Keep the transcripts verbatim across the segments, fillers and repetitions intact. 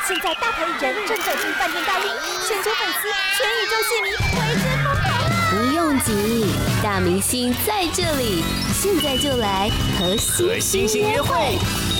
现在大牌艺人正走进饭店大厅，全球粉丝、全宇宙戏迷为之疯狂啊！不用急，大明星在这里，现在就来和星星约会。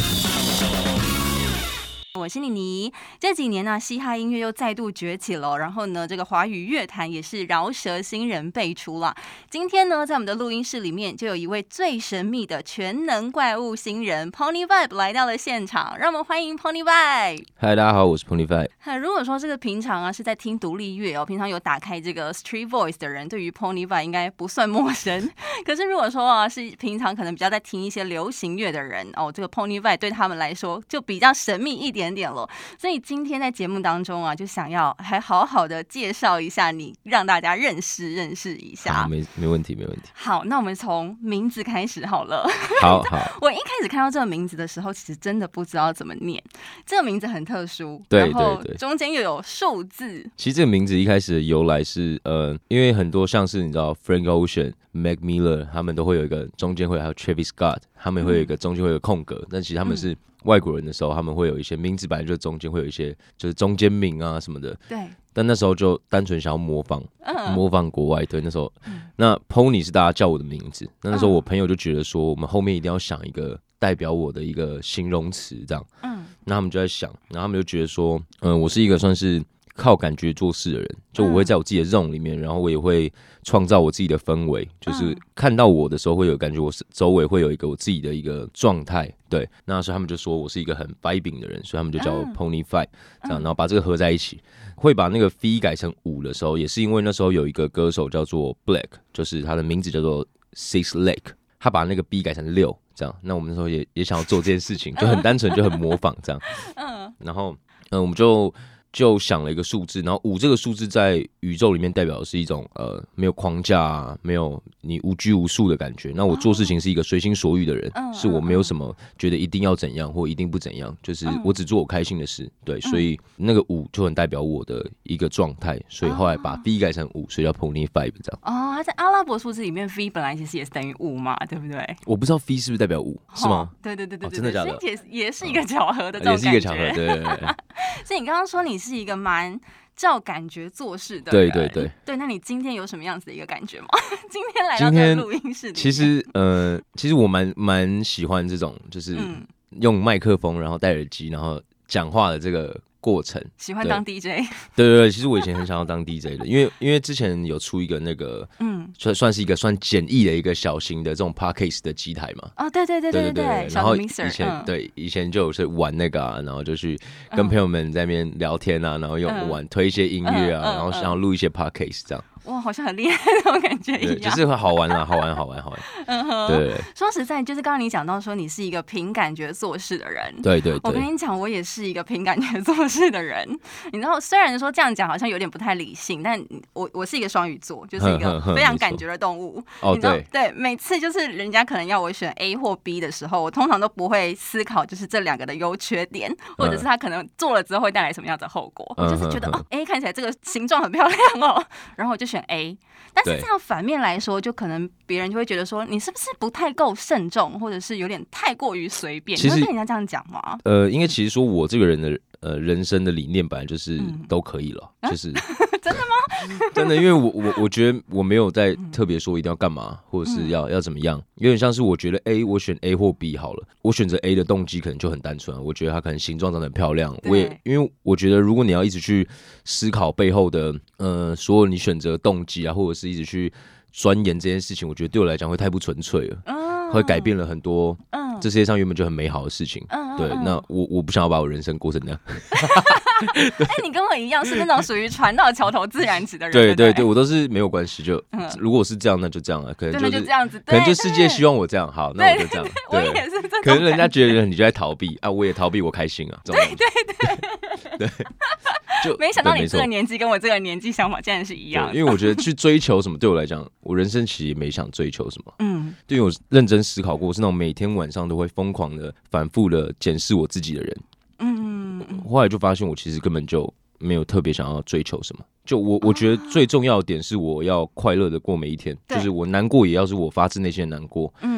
我是妮妮。这几年呢、啊，嘻哈音乐又再度崛起了，然后呢，这个华语乐坛也是饶舌新人辈出了。今天呢，在我们的录音室里面，就有一位最神秘的全能怪物新人 Pony Vibe 来到了现场，让我们欢迎 Pony Vibe。 嗨，大家好，我是 Pony Vibe。 如果说这个平常啊是在听独立乐哦，平常有打开这个 Street Voice 的人，对于 Pony Vibe 应该不算陌生。可是如果说啊是平常可能比较在听一些流行乐的人哦，这个 Pony Vibe 对他们来说就比较神秘一点点了。所以今天在节目当中啊，就想要还好好的介绍一下你，让大家认识认识一下。 好，没没问题，没问题。 好，那我们从名字开始好了。 好好。 我一开始看到这个名字的时候，其实真的不知道怎么念。这个名字很特殊， 对然后对对， 中间又有数字。 其实这个名字一开始的由来是呃，因为很多像是你知道 Frank Ocean、Mac Miller 他们都会有一个中间会还有 Travis Scott 他们会有一个中间会有空格，嗯、但其实他们是外国人的时候，他们会有一些名字本来就中间会有一些就是中间名啊什么的。 对。 但那时候就单纯想要模仿， 嗯、 模仿国外。对，那时候、嗯、那 Pony 是大家叫我的名字，那那时候我朋友就觉得说，我们后面一定要想一个代表我的一个形容词，这样。嗯。那他们就在想，然后他们就觉得说，嗯、呃，我是一个算是靠感觉做事的人，就我会在我自己的 zone 里面，然后我也会创造我自己的氛围，就是看到我的时候会有感觉，我周围会有一个我自己的一个状态。对，那时候他们就说我是一个很 vibing 的人，所以他们就叫我 Pony Vibe 这样，然后把这个合在一起。会把那个 V 改成五的时候，也是因为那时候有一个歌手叫做 Black， 就是他的名字叫做 Six Lake， 他把那个 B 改成六，这样。那我们那时候也也想要做这件事情，就很单纯，就很模仿这样。然后，嗯，我们就。就想了一个数字，然后五这个数字在宇宙里面代表的是一种呃没有框架、啊，没有你无拘无束的感觉。那我做事情是一个随心所欲的人，嗯、是我没有什么觉得一定要怎样或一定不怎样，就是我只做我开心的事。对，所以那个五就很代表我的一个状态，所以后来把 V 改成五，所以叫 Pony Vibe 这样。 哦，它在阿拉伯数字里面 V 本来其实也是等于五嘛，对不对？ 我不知道 V 是不是代表五，是吗？ 对对对对对， 哦、真的假的？ 也也是一个巧合的这种感觉， 也是一个巧合，对对对。 所以你刚刚说你是一个蛮照感觉做事的人， 对对对对。那你今天有什么样子的一个感觉吗？今天来到这个录音室里面， 其实呃，其实我蛮蛮喜欢这种，就是用麦克风，然后戴耳机，然后讲话的这个过程。 喜欢当 D J， 对对对，其实我以前很想要当 D J 的，因为因为之前有出一个那个，嗯，算算是一个算简易的一个小型的这种 podcast 的机台嘛。 哦，对对对对 对, 对, 对然后以前、嗯、对以前就有是玩那个啊，然后就去跟朋友们在那边聊天啊，然后用玩推一些音乐啊，嗯、然后然后录一些 podcast 这样。 哇，好像很厉害那种感觉一样， 就是会好玩啦，好玩，好玩，好玩。嗯哼，对。 说实在，就是刚刚你讲到说你是一个凭感觉做事的人， 对对对。 我跟你讲，我也是一个凭感觉做事的人。你知道，虽然说这样讲好像有点不太理性，但我我是一个双鱼座，就是一个非常感觉的动物。 哦， 对对，每次就是人家可能要我选 A 或 B 的时候，我通常都不会思考就是这两个的优缺点，或者是他可能做了之后会带来什么样的后果。我就是觉得哦 ，A 看起来这个形状很漂亮哦，然后我就选 A。但是这样反面来说，就可能别人就会觉得说，你是不是不太够慎重，或者是有点太过于随便？你会跟人家这样讲吗？ 呃，因为其实说我这个人的呃人生的理念本来就是都可以了，嗯、就是、啊、 真的吗？ 真的，因为我我我觉得我没有在特别说一定要干嘛，或者是要、嗯、要怎么样，有点像是我觉得 A 我选 A 或 B 好了，我选择 A 的动机可能就很单纯、啊，我觉得它可能形状长得很漂亮，我也因为我觉得如果你要一直去思考背后的呃所有你选择动机啊，或者是一直去钻研这件事情，我觉得对我来讲会太不纯粹了，嗯、会改变了很多这世界上原本就很美好的事情。嗯、对，嗯、那我我不想要把我人生过成那样。 哎、欸，你跟我一样是那种属于船到桥头自然直的人。 对对 对, 对，我都是没有关系，就、嗯、如果是这样，那就这样了。可能就是就这样子， 可能就世界希望我这样，好，那我就这样。 对，我也是这种。 可能人家觉得你就在逃避啊，我也逃避，我开心啊。 对对对对。就没想到你这个年纪跟我这个年纪想法竟然是一样的。 因为我觉得去追求什么，对我来讲，我人生其实也没想追求什么。嗯，对，因为我认真思考过，我是那种每天晚上都会疯狂的、反复的检视我自己的人。嗯嗯嗯。后来就发现，我其实根本就没有特别想要追求什么。就我我觉得最重要的点是，我要快乐的过每一天。就是我难过，也要是我发自内心的难过。嗯。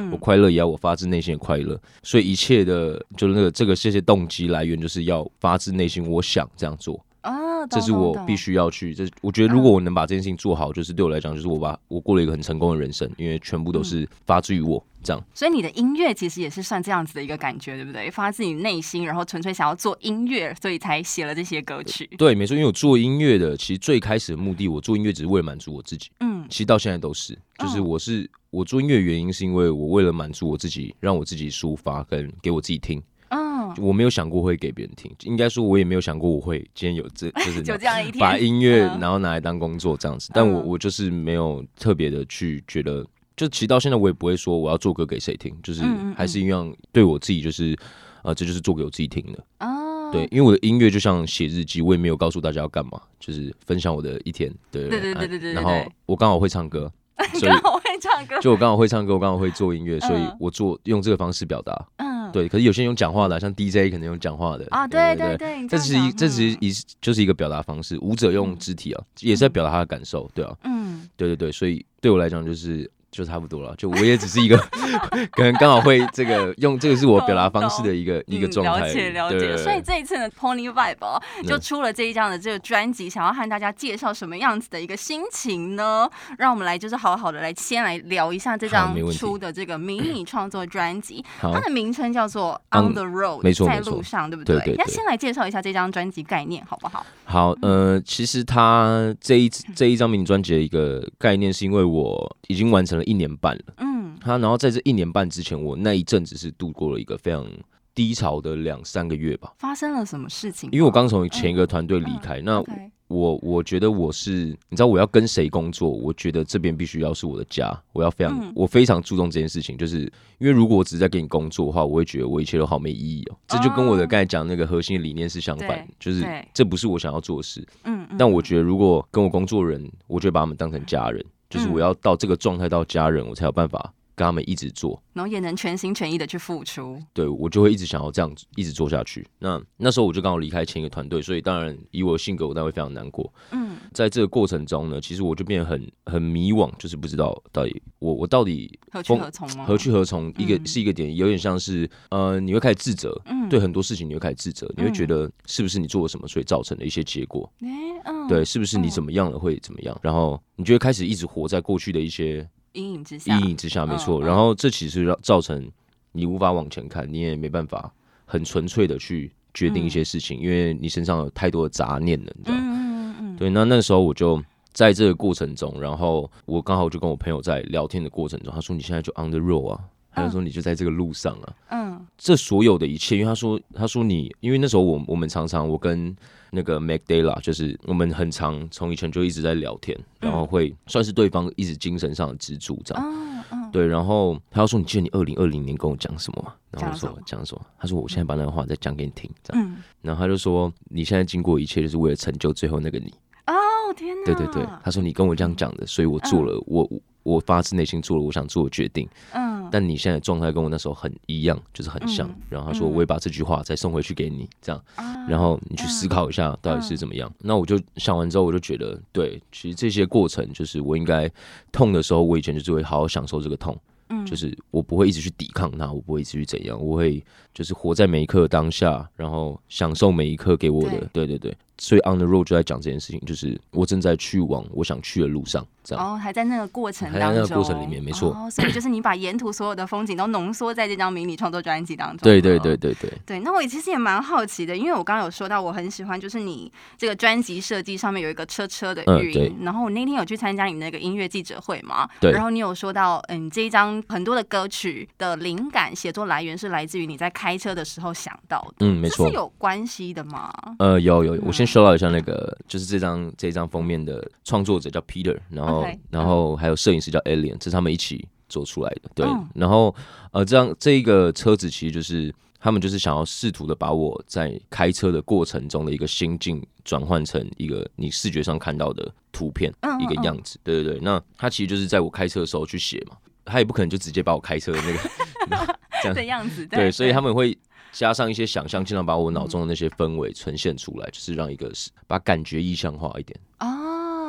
嗯、我快乐也要我发自内心的快乐，所以一切的就是那个这个这些动机来源就是要发自内心，我想这样做。 哦， 这是我必须要去。这我觉得，如果我能把这件事情做好，就是对我来讲，就是我把我过了一个很成功的人生，因为全部都是发自于我这样。 所以你的音乐其实也是算这样子的一个感觉，对不对？发自你内心，然后纯粹想要做音乐，所以才写了这些歌曲。 对，没错，因为我做音乐的，其实最开始的目的，我做音乐只是为了满足我自己。嗯，其实到现在都是，就是我是、哦、我做音乐的原因，是因为我为了满足我自己，让我自己抒发，跟给我自己听。我没有想过会给别人听，应该说我也没有想过我会今天有这就是就这样一天把音乐然后拿来当工作这样子，但我我就是没有特别的去觉得，就其实到现在我也不会说我要做歌给谁听，就是还是一样对我自己就是呃这就是做给我自己听的。哦，对，因为我的音乐就像写日记，我也没有告诉大家要干嘛，就是分享我的一天。对对对对对对。然后我刚好会唱歌。 所以刚好会唱歌， 就我刚好会唱歌，我刚好会做音乐，所以我做用这个方式表达。嗯，对。可是有些人用讲话的，像 D J 可能用讲话的啊，对对对， 这其实这其实一就是一个表达方式。舞者用肢体啊，也是在表达他的感受，对啊，嗯，对对对，所以对我来讲就是就差不多了。就我也只是一个，可能刚好会这个用这个是我表达方式的一个一个状态。 了解了解。所以这一次的 Pony Vibe 就出了这一张的这个专辑，想要和大家介绍什么样子的一个心情呢？让我们来就是好好的来先来聊一下这张出的这个迷你创作专辑，它的名称叫做 On the Road， 没错， 在路上，对不对？ 对对对。 那先来介绍一下这张专辑概念，好不好？ 好，呃，其实它这一这一张迷你专辑的一个概念，是因为我已经完成了一年半了，嗯，它然后在这一年半之前，我那一阵子是度过了一个非常低潮的两三个月吧。 发生了什么事情？ 因为我刚从前一个团队离开，嗯、那。Okay. 我我觉得我是，你知道我要跟谁工作？我觉得这边必须要是我的家，我要非常，嗯、我非常注重这件事情，就是因为如果我只是在给你工作的话，我会觉得我一切都好没意义哦。这就跟我的刚才讲那个核心的理念是相反，就是这不是我想要做的事。嗯，但我觉得如果跟我工作的人，我就会把他们当成家人，就是我要到这个状态到家人，我才有办法跟他们一直做， 然后也能全心全意的去付出。 对，我就会一直想要这样子一直做下去。那那时候我就刚好离开前一个团队，所以当然以我的性格，我当然会非常难过。嗯，在这个过程中呢，其实我就变得很很迷惘，就是不知道到底我我到底何去何从吗？ 何去何从？一个、嗯、是一个点，有点像是呃，你会开始自责，嗯、对很多事情你会开始自责，你会觉得是不是你做了什么，所以造成的一些结果？欸嗯、对，是不是你怎么样了会怎么样？然后你就会开始一直活在过去的一些。 阴影之下， 阴影之下，没错。嗯、然后这其实造成你无法往前看，你也没办法很纯粹的去决定一些事情，嗯、因为你身上有太多的杂念了，你知道吗？嗯嗯嗯对，那那时候我就在这个过程中，然后我刚好就跟我朋友在聊天的过程中，他说：“你现在就 on the road 啊。”他就说你就在这个路上啊，嗯，这所有的一切，因为他说他说你，因为那时候我我们常常我跟那个 Magdala， 就是我们很常从以前就一直在聊天，然后会算是对方一直精神上的支柱这样，嗯嗯、对，然后他要说你记得你二零二零年跟我讲什么吗？然后我说讲什么？他说我现在把那个话再讲给你听，这样，嗯、然后他就说你现在经过一切就是为了成就最后那个你。 哦天哪！ 对对对，他说你跟我这样讲的，所以我做了、嗯、我我发自内心做了我想做的决定。嗯，但你现在的状态跟我那时候很一样，就是很像。嗯、然后他说我会把这句话再送回去给你，这样，嗯、然后你去思考一下到底是怎么样。嗯、那我就想完之后，我就觉得，对，其实这些过程就是我应该痛的时候，我以前就是会好好享受这个痛。嗯，就是我不会一直去抵抗它，我不会一直去怎样，我会就是活在每一刻当下，然后享受每一刻给我的，对对对。所以 on the road 就在讲这件事情，就是我正在去往我想去的路上，这样。 哦，还在那个过程当中， 还在那个过程里面，没错。 哦，所以就是你把沿途所有的风景都浓缩在这张迷你创作专辑当中。 对对对对对。 对，那我其实也蛮好奇的，因为我刚刚有说到，我很喜欢就是你这个专辑设计上面有一个车车的语音，嗯、然后我那天有去参加你那个音乐记者会嘛，对。然后你有说到，嗯，这一张很多的歌曲的灵感写作来源是来自于你在开车的时候想到的， 嗯，没错。 这是有关系的吗？ 呃，有有，我先说到一下那个。就是这张这张封面的创作者叫 Peter， 然后、okay, 然后还有摄影师叫 Alien， 这是他们一起做出来的。对，嗯、然后呃，这样这一个车子其实就是他们就是想要试图的把我在开车的过程中的一个心境转换成一个你视觉上看到的图片，嗯、一个样子。对对对，那他其实就是在我开车的时候去写嘛，他也不可能就直接把我开车的那个这样的样子， 对，对，所以他们会。加上一些想象，尽量把我脑中的那些氛围呈现出来，嗯、就是让一个把感觉意象化一点。 哦，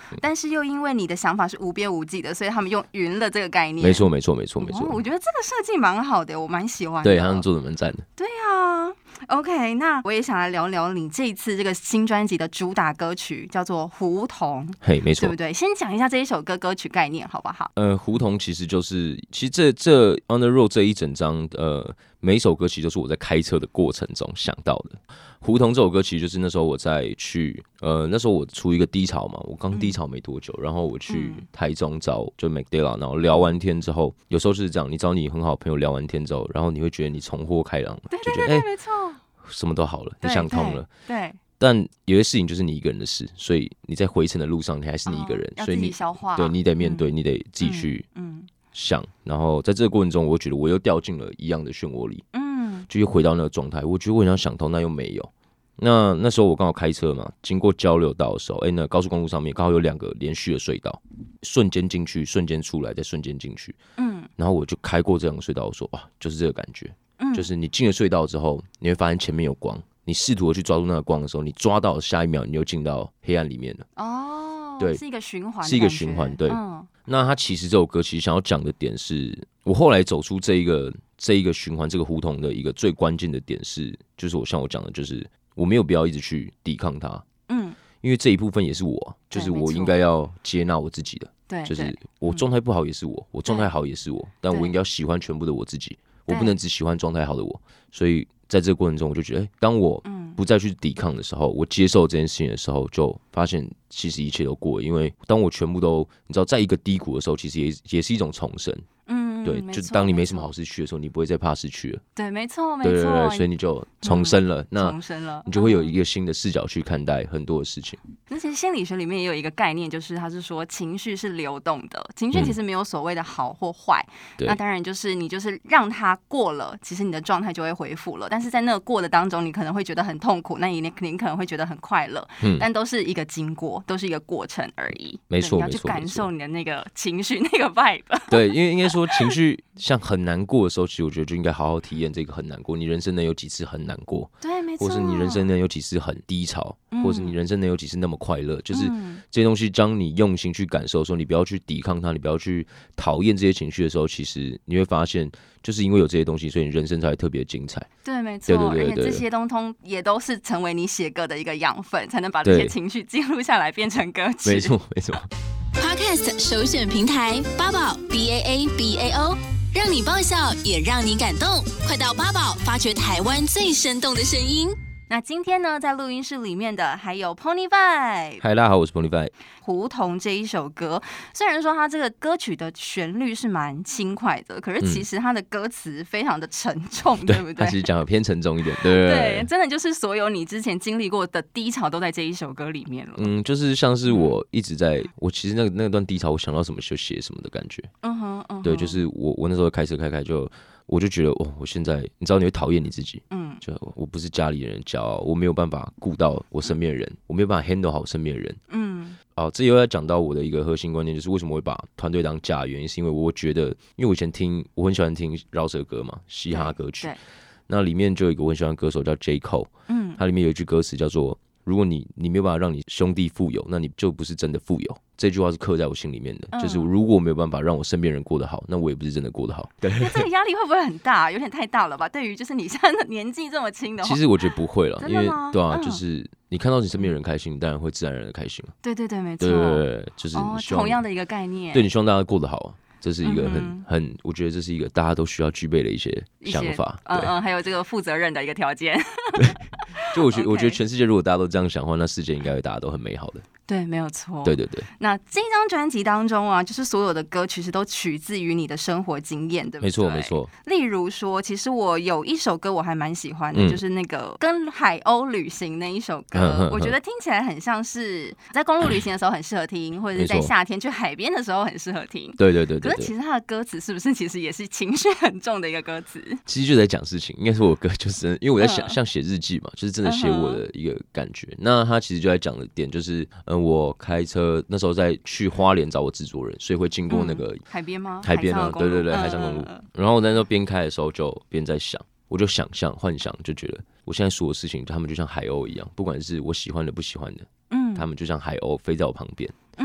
但是又因为你的想法是无边无际的，所以他们用云了这个概念。 没错，没错，没错，没错、 哦。我觉得这个设计蛮好的，我蛮喜欢的。 对，他们做的蛮赞的。 对啊。OK， 那我也想来聊聊你这一次这个新专辑的主打歌曲，叫做《胡同》。 嘿，没错， 对不对？先讲一下这一首歌歌曲概念，好不好？ 呃，胡同其实就是，其实这这 On the Road 这一整张，呃，每一首歌其实都是我在开车的过程中想到的。胡同这首歌其实就是那时候我在去，呃，那时候我处于一个低潮嘛，我刚低潮没多久，嗯、然后我去台中找就 McDella， 然后聊完天之后，有时候就是这样，你找你很好的朋友聊完天之后，然后你会觉得你重获开朗， 对对对， 就觉得哎， 没错， 什么都好了，你想通了， 对。对但有些事情就是你一个人的事，所以你在回程的路上，你还是你一个人， 哦、 所以你消化， 对你得面对，嗯、你得自己去想、嗯嗯。然后在这个过程中，我觉得我又掉进了一样的漩涡里，嗯，就又回到那个状态。我觉得我很想想通，但又没有。那那时候我刚好开车嘛，经过交流道的时候，哎、欸，那高速公路上面刚好有两个连续的隧道，瞬间进去，瞬间出来，再瞬间进去，嗯，然后我就开过这两个隧道，我说哇，就是这个感觉，嗯，就是你进了隧道之后，你会发现前面有光。你试图的去抓住那个光的时候，你抓到下一秒，你又进到黑暗里面了。 哦， 对， 是一个循环， 是一个循环。对，嗯、那他其实这首歌其实想要讲的点是，我后来走出这一个这一个循环这个胡同的一个最关键的点是，就是我像我讲的，就是我没有必要一直去抵抗它。嗯，因为这一部分也是我，就是我应该要接纳我自己的。 对， 就是我状态不好也是我，我状态好也是我，但我应该要喜欢全部的我自己，我不能只喜欢状态好的我，所以。在这个过程中，我就觉得，欸、当我不再去抵抗的时候，我接受这件事情的时候，就发现其实一切都过了。因为当我全部都，你知道，在一个低谷的时候，其实也也是一种重生。嗯，对，就当你没什么好失去的时候，你不会再怕失去了。 对，没错，没错。 对对对，所以你就重生了。嗯、那重生了， 你就会有一个新的视角去看待很多的事情。 那其实心理学里面也有一个概念，就是它是说情绪是流动的，情绪其实没有所谓的好或坏。嗯、那当然就是你就是让它过了，其实你的状态就会恢复了。但是在那个过的当中，你可能会觉得很痛苦，那你你可能会觉得很快乐。嗯，但都是一个经过，都是一个过程而已。 没错， 你要去感受你的那个情绪，那个 vibe。 对，因为应该说情绪。像很难过的时候，其实我觉得就应该好好体验这个很难过。你人生能有几次很难过？ 对，没错。 或是你人生能有几次很低潮？嗯、或是你人生能有几次那么快乐？就是这些东西，当你用心去感受的时候，你不要去抵抗它，你不要去讨厌这些情绪的时候，其实你会发现，就是因为有这些东西，所以你人生才会特别精彩。 对，没错。对对对对对，而且这些东通也都是成为你写歌的一个养分，才能把这些情绪记录下来，变成歌曲。 没错，没错。 Podcast 首选平台八宝 B A A B A O。让你爆笑，也让你感动，快到八宝发掘台湾最生动的声音。 那今天呢，在录音室里面的还有 Pony Vibe。 嗨，大家好，我是 Pony Vibe。 胡同这一首歌，虽然说它这个歌曲的旋律是蛮轻快的，可是其实它的歌词非常的沉重，嗯、对不对？ 它其实讲的偏沉重一点，对对对, 对，真的就是所有你之前经历过的低潮都在这一首歌里面了。 嗯，就是像是我一直在，我其实那个那段低潮，我想到什么就写什么的感觉。嗯哼，嗯哼，对，就是我我那时候开车开开就。我就觉得，哦，我现在你知道你会讨厌你自己，嗯，就我不是家里人的骄傲，我没有办法顾到我身边的人，我没有办法 handle 好身边的人，嗯，哦，这又要讲到我的一个核心观念，就是为什么我会把团队当家，原因是因为我觉得，因为我以前听，我很喜欢听饶舌歌嘛，嘻哈歌曲，那里面就有一个我很喜欢的歌手叫 J. Cole， 嗯，它里面有一句歌词叫做。如果你你没有办法让你兄弟富有，那你就不是真的富有。这句话是刻在我心里面的，嗯、就是如果我没有办法让我身边人过得好，那我也不是真的过得好。对， 这个压力会不会很大？有点太大了吧？对于就是你现在的年纪这么轻的话， 其实我觉得不会了，因为对啊，嗯、就是你看到你身边人开心，你当然会自然而然的开心。 对对对，没错。 对对对，就是哦，同样的一个概念。 对，你希望大家过得好啊。这是一个很、嗯、很，我觉得这是一个大家都需要具备的一些想法， 嗯嗯，还有这个负责任的一个条件。 对，就我觉得， okay. 我觉得全世界如果大家都这样想的话，那世界应该会大家都很美好的。 对，没有错。 对对对。 那这张专辑当中啊，就是所有的歌其实都取自于你的生活经验，对不对？ 没错没错。 例如说，其实我有一首歌我还蛮喜欢的，嗯、就是那个跟海鸥旅行那一首歌，嗯、我觉得听起来很像是在公路旅行的时候很适合听，或者是在夏天去海边的时候很适合听。 对对 对, 对, 对。 可是其实它的歌词是不是其实也是情绪很重的一个歌词？ 其实就在讲事情，应该是我歌就是因为我在想、嗯、像写日记嘛，就是真的写我的一个感觉。嗯、那他其实就在讲的点就是，嗯，我开车那时候在去花莲找我制作人，所以会经过那个、嗯、 海边吗？ 海边啊，对对对，海上公路。嗯、然后我在那时候边开的时候就边在想，我就想象幻想，就觉得我现在所有事情，他们就像海鸥一样，不管是我喜欢的不喜欢的，嗯，他们就像海鸥飞在我旁边。嗯，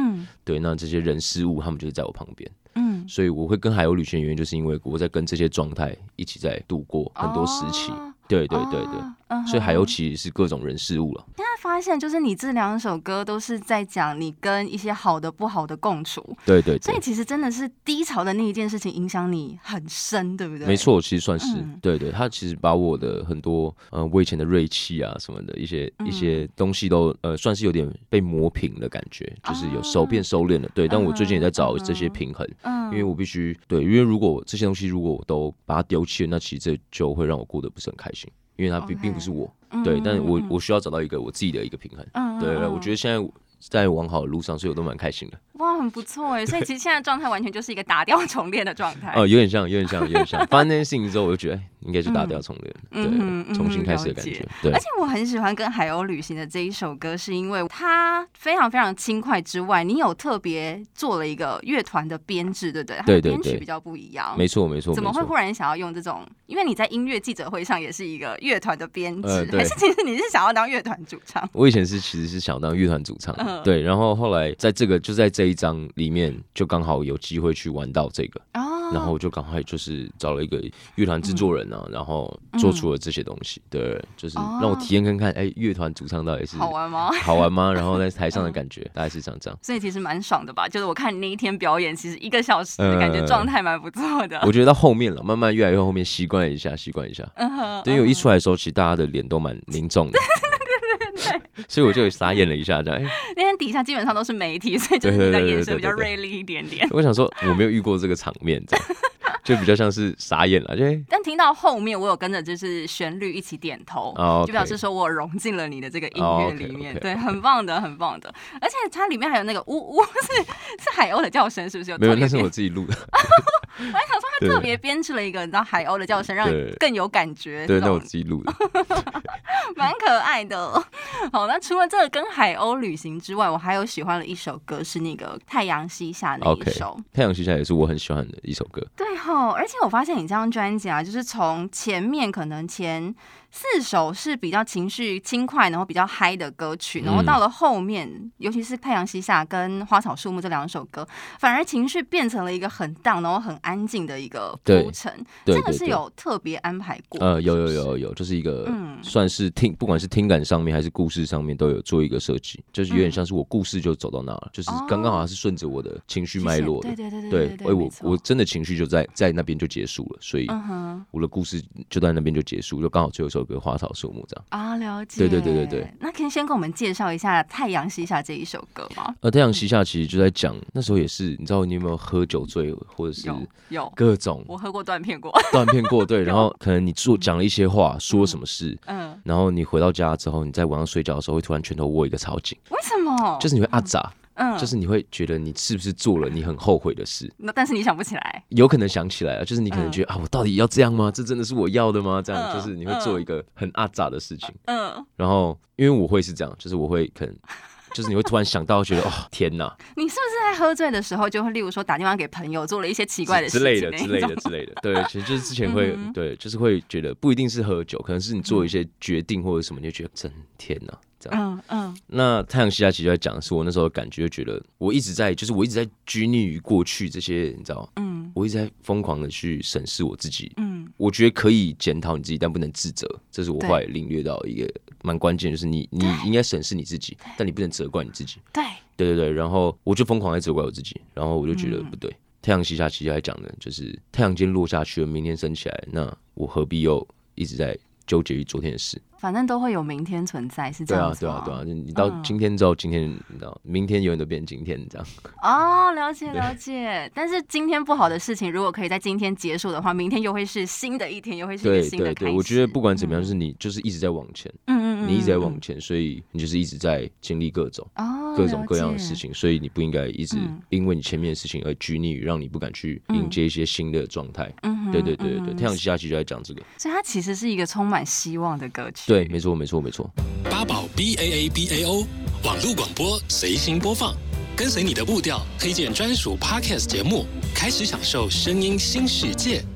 对，那这些人事物他们就是在我旁边。嗯，所以我会跟海鸥旅行的原因，就是因为我在跟这些状态一起在度过很多时期。哦、对对对对，哦、所以海鸥其实是各种人事物了。 现在发现，就是你这两首歌都是在讲你跟一些好的不好的共处。 对对对， 所以其实真的是低潮的那一件事情影响你很深，对不对？ 没错，其实算是、嗯、对对，他其实把我的很多呃我以前的锐气啊什么的一些、嗯、一些东西都呃算是有点被磨平的感觉，就是有收变收敛了。对，但我最近也在找这些平衡。嗯，因为我必须对，因为如果这些东西如果我都把它丢弃了，那其实这就会让我过得不是很开心，因为它并并不是我， okay, 对，但我我需要找到一个我自己的一个平衡，嗯、对，我觉得现在在往好的路上，所以我都蛮开心的。 哇，很不错哎！所以其实现在状态完全就是一个打掉重练的状态。 哦，有点像，有点像，有点像。发生那件事情之后，我就觉得，哎，应该就打掉重练，嗯、对，重新开始的感觉。对， 而且我很喜欢跟海鸥旅行的这一首歌，是因为它非常非常轻快之外，你有特别做了一个乐团的编制，对不对？ 对对对， 编曲比较不一样。 没错没错。 怎么会忽然想要用这种？因为你在音乐记者会上也是一个乐团的编制，呃、还是其实你是想要当乐团主唱？ 我以前是其实是想当乐团主唱，嗯、对，然后后来在这个就在这一章里面。就刚好有机会去玩到这个，哦、然后我就赶快就是找了一个乐团制作人啊，嗯、然后做出了这些东西，嗯、对，就是让我体验看看，哎、欸，乐团主唱到底是好玩吗？ 好玩吗？然后在台上的感觉、嗯、大概是像这样， 所以其实蛮爽的吧？就是我看你那一天表演，其实一个小时的感觉状态蛮不错的。 我觉得到后面了，慢慢越来越后面，习惯一下，习惯一下。嗯、对，因为我一出来的时候，其实大家的脸都蛮凝重的。所以我就傻眼了一下，这样。欸、 那天底下基本上都是媒体，所以就是你的眼神比较锐利一点点。 我想说，我没有遇过这个场面，这样就比较像是傻眼了。就但听到后面，我有跟着就是旋律一起点头，哦 okay、就表示说我融进了你的这个音乐里面，哦、okay, okay, 对，很棒的，很棒的。而且它里面还有那个呜呜，是是海鸥的叫声，是不是有？ 没有，那是我自己录的。 我还想说，他特别编制了一个，你知道海鸥的叫声，让你更有感觉。 对，那我自己录的， 蛮可爱的。好，那除了这个跟海鸥旅行之外，我还有喜欢的一首歌是那个太阳西下那一首。 Okay, 太阳西下也是我很喜欢的一首歌。 对吼，而且我发现你这张专辑啊，就是从前面可能前四首是比较情绪轻快，然后比较嗨的歌曲，然后到了后面，嗯、尤其是太阳西下跟花草树木这两首歌，反而情绪变成了一个很荡，然后很安静的一个铺陈。这个是有特别安排过的。 呃，有有有有，就是一个、嗯、算是听，不管是听感上面还是故事上面都有做一个设计，就是有点像是我故事就走到那了，嗯、就是刚刚好像是顺着我的情绪脉络的。 对对对对对对，我我真的情绪就在在那边就结束了，所以我的故事就在那边就结束，就刚好最后一首歌《花草树木》这样啊，了解。 对对对对对。 那可以先跟我们介绍一下《太阳西下》这一首歌吗？ 呃，《太阳西下》其实就在讲那时候也是，你知道你有没有喝酒醉，或者是有各种我喝过断片过， 断片过对，然后可能你做讲了一些话，说了什么事，嗯，然后你回到家之后，你在晚上睡觉的时候会突然拳头握一个超紧， 为什么？ 就是你会阿杂。嗯，就是你会觉得你是不是做了你很后悔的事， 那但是你想不起来， 有可能想起来了，就是你可能觉得、嗯、啊，我到底要这样吗？这真的是我要的吗？这样、嗯、就是你会做一个很阿杂的事情，嗯，然后因为我会是这样，就是我会可能。就是你会突然想到，觉得哦天哪！ 你是不是在喝醉的时候，就会例如说打电话给朋友，做了一些奇怪的事情之类的、之类的、之类的？对，其实就是之前会、嗯、对，就是会觉得不一定是喝酒，可能是你做一些决定或者什么，你就觉得真天哪这样。嗯嗯。那太阳西下其实在讲的是我那时候的感觉，就觉得我一直在，就是我一直在拘泥于过去这些，你知道，嗯，我一直在疯狂的去审视我自己，嗯，我觉得可以检讨你自己，但不能自责，这是我后来领略到一个蛮关键，就是你你应该审视你自己，但你不能责怪你自己。 对对对对，然后我就疯狂在责怪我自己，然后我就觉得不对。嗯、太阳西下其实在讲的就是太阳今天落下去了，明天升起来，那我何必又一直在纠结于昨天的事？ 反正都会有明天存在，是这样子吗？ 对啊，对啊，对啊，你到今天之后，嗯、今天你知道，明天永远都变今天这样。 哦，了解了解。但是今天不好的事情，如果可以在今天结束的话，明天又会是新的一天，又会是一个新的开始。对对对， 我觉得不管怎么样，嗯、就是你就是一直在往前，嗯嗯嗯，你一直在往前，所以你就是一直在经历各种、哦、各种各样的事情，所以你不应该一直因为你前面的事情而拘泥于让你不敢去迎接一些新的状态。嗯，对对对对对，太阳西下其实就在讲这个， 所以它其实是一个充满希望的歌曲。 对，没错没错没错。 八宝 B A A B A O 网络广播随心播放，跟随你的步调，推荐专属 Podcast 节目，开始享受声音新世界。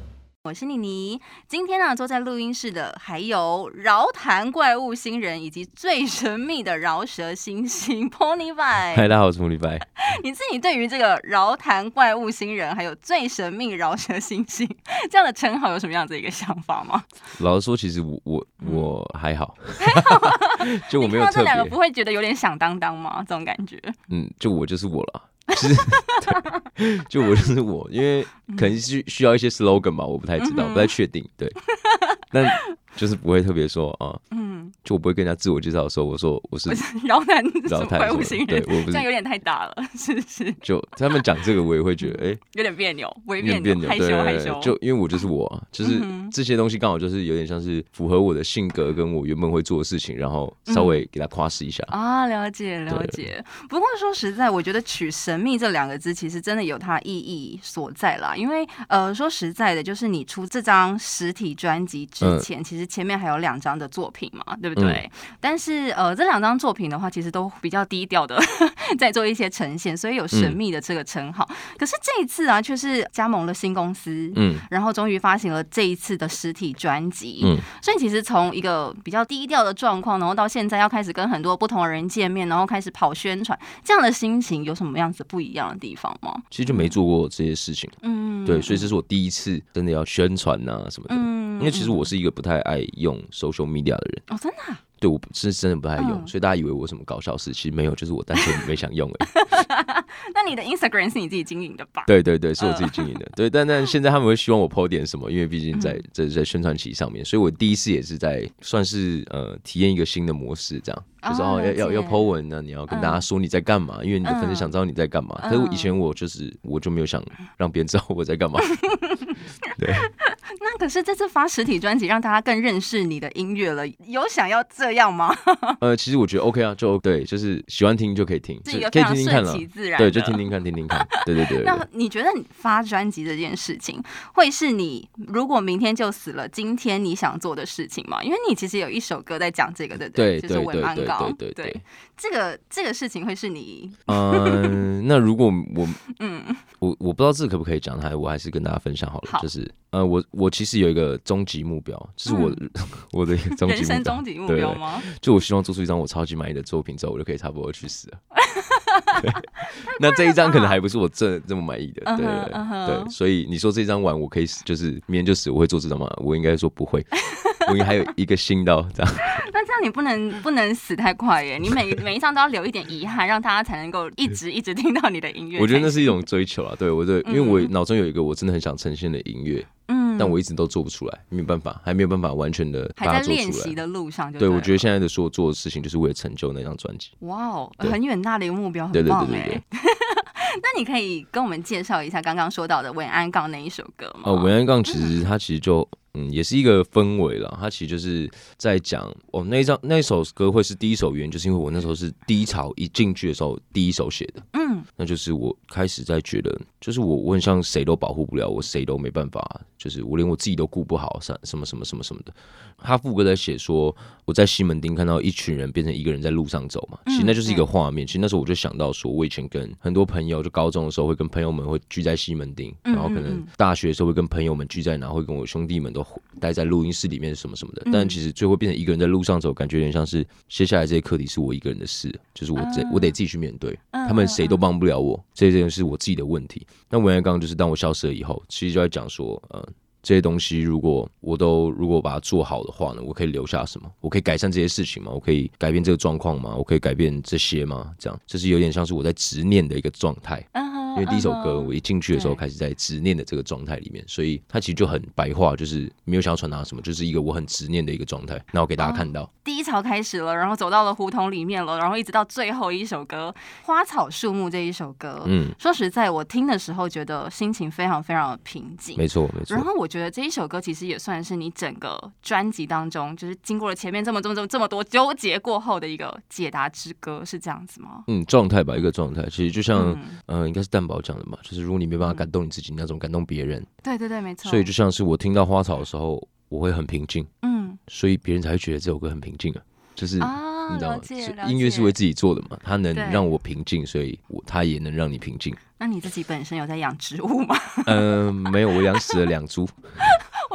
我是妮妮。今天呢，坐在录音室的还有饶谈怪物新人以及最神秘的饶舌新星 Pony 白。 嗨，大家好，我是 Pony 白。 你自己对于这个饶谈怪物新人还有最神秘饶舌新星这样的称号有什么样子的一个想法吗？ 老实说，其实我我我还好， 还好吗？ 就我没有特别。 你看到这两个不会觉得有点响当当吗？这种感觉？ 嗯，就我就是我了。就是就我就是我，因为可能需需要一些 slogan 吧，我不太知道，嗯、不太确定，对。但就是不会特别说啊，嗯，就我不会跟人家自我介绍的时候，我说我是饶谈饶谈怪物新人， 对，我不是， 这样有点太大了，是不是？ 就他们讲这个，我也会觉得，哎、欸， 有点别扭，微别扭，害羞害羞。 就因为我就是我、啊，就是这些东西刚好就是有点像是符合我的性格跟我原本会做的事情，然后稍微给他夸饰一下、 嗯、啊，了解了解。不过说实在，我觉得取神秘这两个字，其实真的有它意义所在啦。因为呃，说实在的，就是你出这张实体专辑之前、嗯，其实前面还有两张的作品嘛，对不对？嗯、但是呃，这两张作品的话，其实都比较低调的在做一些呈现，所以有神秘的这个称号、嗯。可是这一次啊，却是加盟了新公司，嗯，然后终于发行了这一次的实体专辑，嗯，所以其实从一个比较低调的状况，然后到现在要开始跟很多不同的人见面，然后开始跑宣传，这样的心情有什么样子不一样的地方吗？ 其实就没做过这些事情，嗯，对，所以这是我第一次真的要宣传啊什么的，嗯，因为其实我是一个不太爱用 social media 的人， 哦，真的、啊。 对，我是真的不太用、嗯，所以大家以为我什么搞笑事，其实没有，就是我单纯没想用而已。 那你的 Instagram 是你自己经营的吧？ 对对对，是我自己经营的。呃、对，但但现在他们会希望我 po 点什么，因为毕竟在在在宣传期上面，所以我第一次也是在算是呃体验一个新的模式，这样。就是哦，要要要 po 文呢，你要跟大家说你在干嘛、嗯，因为你的粉丝想知道你在干嘛、嗯。可是以前我就是我就没有想让别人知道我在干嘛。对。 那可是这次发实体专辑，让大家更认识你的音乐了，有想要这样吗？ 呃，其实我觉得 OK 啊，就对，就是喜欢听就可以听， 是一个非常顺其自然的， 对，就听听看，听听看，对对 对, 对。 那你觉得你发专辑这件事情，会是你如果明天就死了，今天你想做的事情吗？因为你其实有一首歌在讲这个，对不对？ 对， 就是文安高， 对对 对, 对, 对。这个这个事情会是你， 嗯、呃，那如果我，嗯，我我不知道这可不可以讲，还我还是跟大家分享好了， 好就是呃，我我其实有一个终极目标，就是我、嗯、我的终极人生终极目标吗？ 就我希望做出一张我超级满意的作品之后，我就可以差不多去死了。那这一张可能还不是我这这么满意的，对对 对, 对, 对，所以你说这张完我可以就是明天就死，我会做这张吗？我应该说不会，我应该还有一个新到这样。 那这样你不能不能死太快耶，你每每一张都要留一点遗憾，让大家才能够一直一直听到你的音乐。 我觉得那是一种追求啦，对我对，因为我脑中有一个我真的很想呈现的音乐。嗯，但我一直都做不出来，没有办法，还没有办法完全的把它做出来。还在练习的路上就对，对我觉得现在的所有做的事情，就是为了成就那张专辑。 哇哦，很远大的一个目标，很棒哎。对对对对对那你可以跟我们介绍一下刚刚说到的文安杠那一首歌吗？ 哦，文安杠其实它其实就嗯也是一个氛围啦，它其实就是在讲哦那一张那一首歌会是第一首原因，就是因为我那时候是低潮一进去的时候第一首写的，嗯，那就是我开始在觉得，就是我我很像谁都保护不了我，谁都没办法，就是我连我自己都顾不好，什么什么什么什么的。他副歌在写说我在西门町看到一群人变成一个人在路上走嘛，其实那就是一个画面。其实那时候我就想到说，我以前跟很多朋友，就高中的时候会跟朋友们会聚在西门町，然后可能大学的时候会跟朋友们聚在哪，会跟我兄弟们都待在录音室里面什么什么的。但其实最后变成一个人在路上走，感觉有点像是接下来这些课题是我一个人的事，就是我得我得自己去面对，他们谁都帮不了我，这件事是我自己的问题。那文安杠就是当我消失了以后，其实就在讲说，呃。这些东西如果我都如果把它做好的话呢，我可以留下什么？我可以改善这些事情吗？我可以改变这个状况吗？我可以改变这些吗？这样，这是有点像是我在执念的一个状态。因为第一首歌我一进去的时候开始在执念的这个状态里面，所以它其实就很白话，就是没有想要传达什么，就是一个我很执念的一个状态，然后给大家看到。哦， 低潮开始了，然后走到了胡同里面了，然后一直到最后一首歌《花草树木》这一首歌，嗯，说实在，我听的时候觉得心情非常非常的平静。 没错没错。 然后我觉得这一首歌其实也算是你整个专辑当中，就是经过了前面这么这么这么多纠结过后的一个解答之歌，是这样子吗？ 嗯，状态吧，一个状态。其实就像，嗯、呃，应该是蛋宝讲的嘛，就是如果你没办法感动你自己，你要怎么感动别人？ 对对对，没错。 所以就像是我听到花草的时候，我会很平静，嗯，所以别人才会觉得这首歌很平静啊，就是。啊你知道吗？音乐是为自己做的嘛，它能让我平静，所以我它也能让你平静。 那你自己本身有在养植物吗？ 嗯、呃，没有，我养死了两株。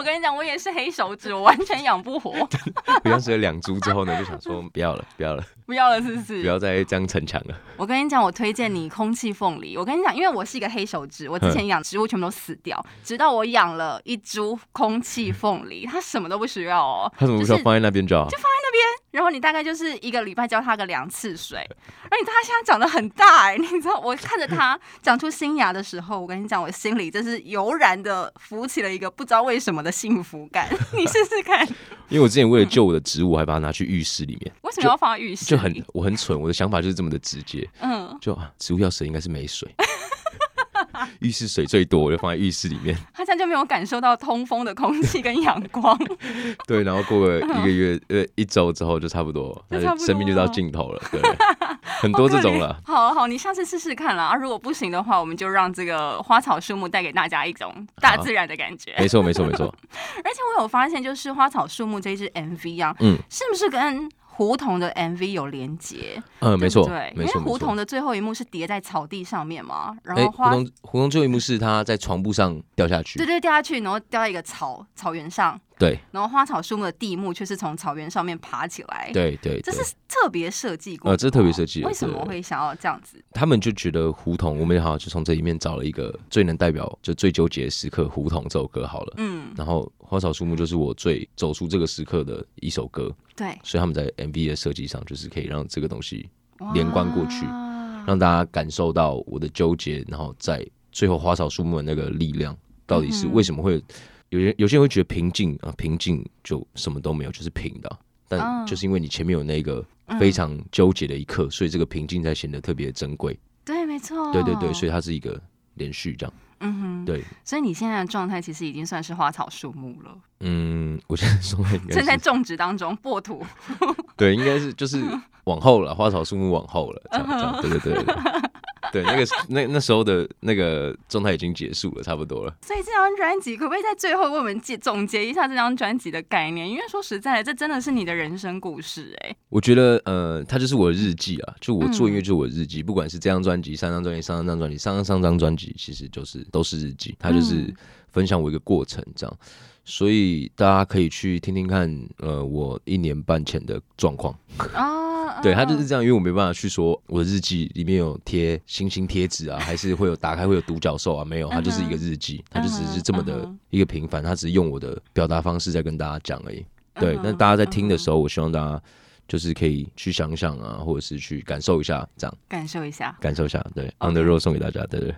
我跟你讲，我也是黑手指，我完全养不活。 不像是两株之后呢，就想说不要了，不要了， 不要了，是不是？ 不要再这样逞强了。 我跟你讲，我推荐你空气凤梨。我跟你讲，因为我是一个黑手指，我之前养植物全部都死掉，直到我养了一株空气凤梨，它什么都不需要哦。 它什么不需要，放在那边就好。 就放在那边，然后你大概就是一个礼拜浇它个两次水。而你知道它现在长得很大哎、欸，你知道我看着它长出新芽的时候，我跟你讲，我心里真是油然的浮起了一个不知道为什么的幸福感。你试试看。 因为我之前为了救我的植物，我还把它拿去浴室里面。 为什么要放在浴室？ 就很我很蠢，我的想法就是这么的直接。嗯，就啊，植物要死应该是没水。浴室水最多，我就放在浴室里面。 他这样就没有感受到通风的空气跟阳光。 对，然后过了一个月、呃一周之后就差不多，那就生命就到尽头了。对，很多这种了。 好好，你下次试试看啦。啊，如果不行的话，我们就让这个花草树木带给大家一种大自然的感觉。 没错，没错，没错。 而且我有发现，就是花草树木这一支 M V 啊，嗯，是不是跟胡同的 M V 有连结？ 嗯，没错， 对， 没错。 因为胡同的最后一幕是叠在草地上面嘛，然后花、 欸、胡同胡同最后一幕是他在床铺上掉下去， 对对，掉下去，然后掉在一个草草原上。 对， 然后花草树木的地幕却是从草原上面爬起来。 对对， 这是特别设计过。 呃，这是特别设计。 为什么会想要这样子？ 他们就觉得胡同，我们好像就从这里面找了一个最能代表就最纠结的时刻，胡同这首歌好了。嗯，然后花草树木就是我最走出这个时刻的一首歌。 对， 所以他们在 M V 的设计上，就是可以让这个东西连贯过去，让大家感受到我的纠结，然后在最后花草树木的那个力量，到底是为什么会？有些有些人会觉得平静啊，平静就什么都没有，就是平的、啊。但就是因为你前面有那个非常纠结的一刻，嗯、所以这个平静才显得特别珍贵。 对，没错。 对对对，所以它是一个连续这样。 嗯哼， 对。 所以你现在的状态其实已经算是花草树木了。 嗯，我现在状态应该正在种植当中，播土。 对，应该是就是往后了，花草树木往后了，这样这样。对对对对。对，那个那那时候的那个状态已经结束了，差不多了。 所以这张专辑可不可以在最后为我们总结一下这张专辑的概念？因为说实在的，这真的是你的人生故事哎、欸。 我觉得呃，它就是我的日记啊，就我做音乐就是我的日记，嗯、不管是这张专辑、三张专辑、上张专辑、上上张专辑，其实就是都是日记，它就是分享我一个过程这样。所以大家可以去听听看，呃，我一年半前的状况。啊，对，他就是这样，因为我没办法去说我的日记里面有贴星星贴纸啊，还是会有打开会有独角兽啊，没有，它就是一个日记，它就只是这么的一个平凡，它只是用我的表达方式在跟大家讲而已。对，那大家在听的时候，我希望大家就是可以去想想啊，或者是去感受一下，这样感受一下，感受一下，对 ，On the road 送给大家，对对。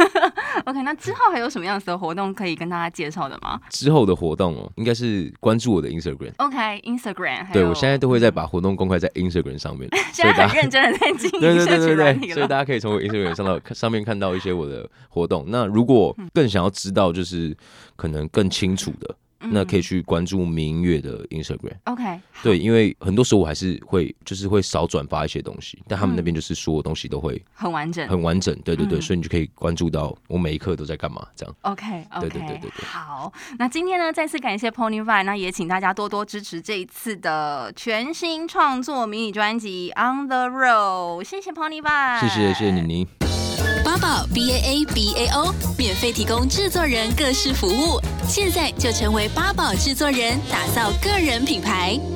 OK， 那之后还有什么样子的活动可以跟大家介绍的吗？ 之后的活动哦，应该是关注我的 Instagram。OK，Instagram， 对， 我现在都会再把活动公开在 Instagram 上面。 现在很认真的在经营社群软体了， 所以大家可以从我 Instagram 上到上面看到一些我的活动。那如果更想要知道，就是可能更清楚的。那可以去关注民音乐的 Instagram。OK， 对，因为很多时候我还是会就是会少转发一些东西，但他们那边就是所有东西都会很完整， 很完整。对对对，嗯、所以你就可以关注到我每一刻都在干嘛这样。 OK， 对对对对对。 好，那今天呢，再次感谢 Ponyvine， 那也请大家多多支持这一次的全新创作迷你专辑 On the Road。谢谢 Ponyvine， 谢谢谢谢妮妮。 八宝 B A A B A O 免费提供制作人各式服务，现在就成为八宝制作人，打造个人品牌。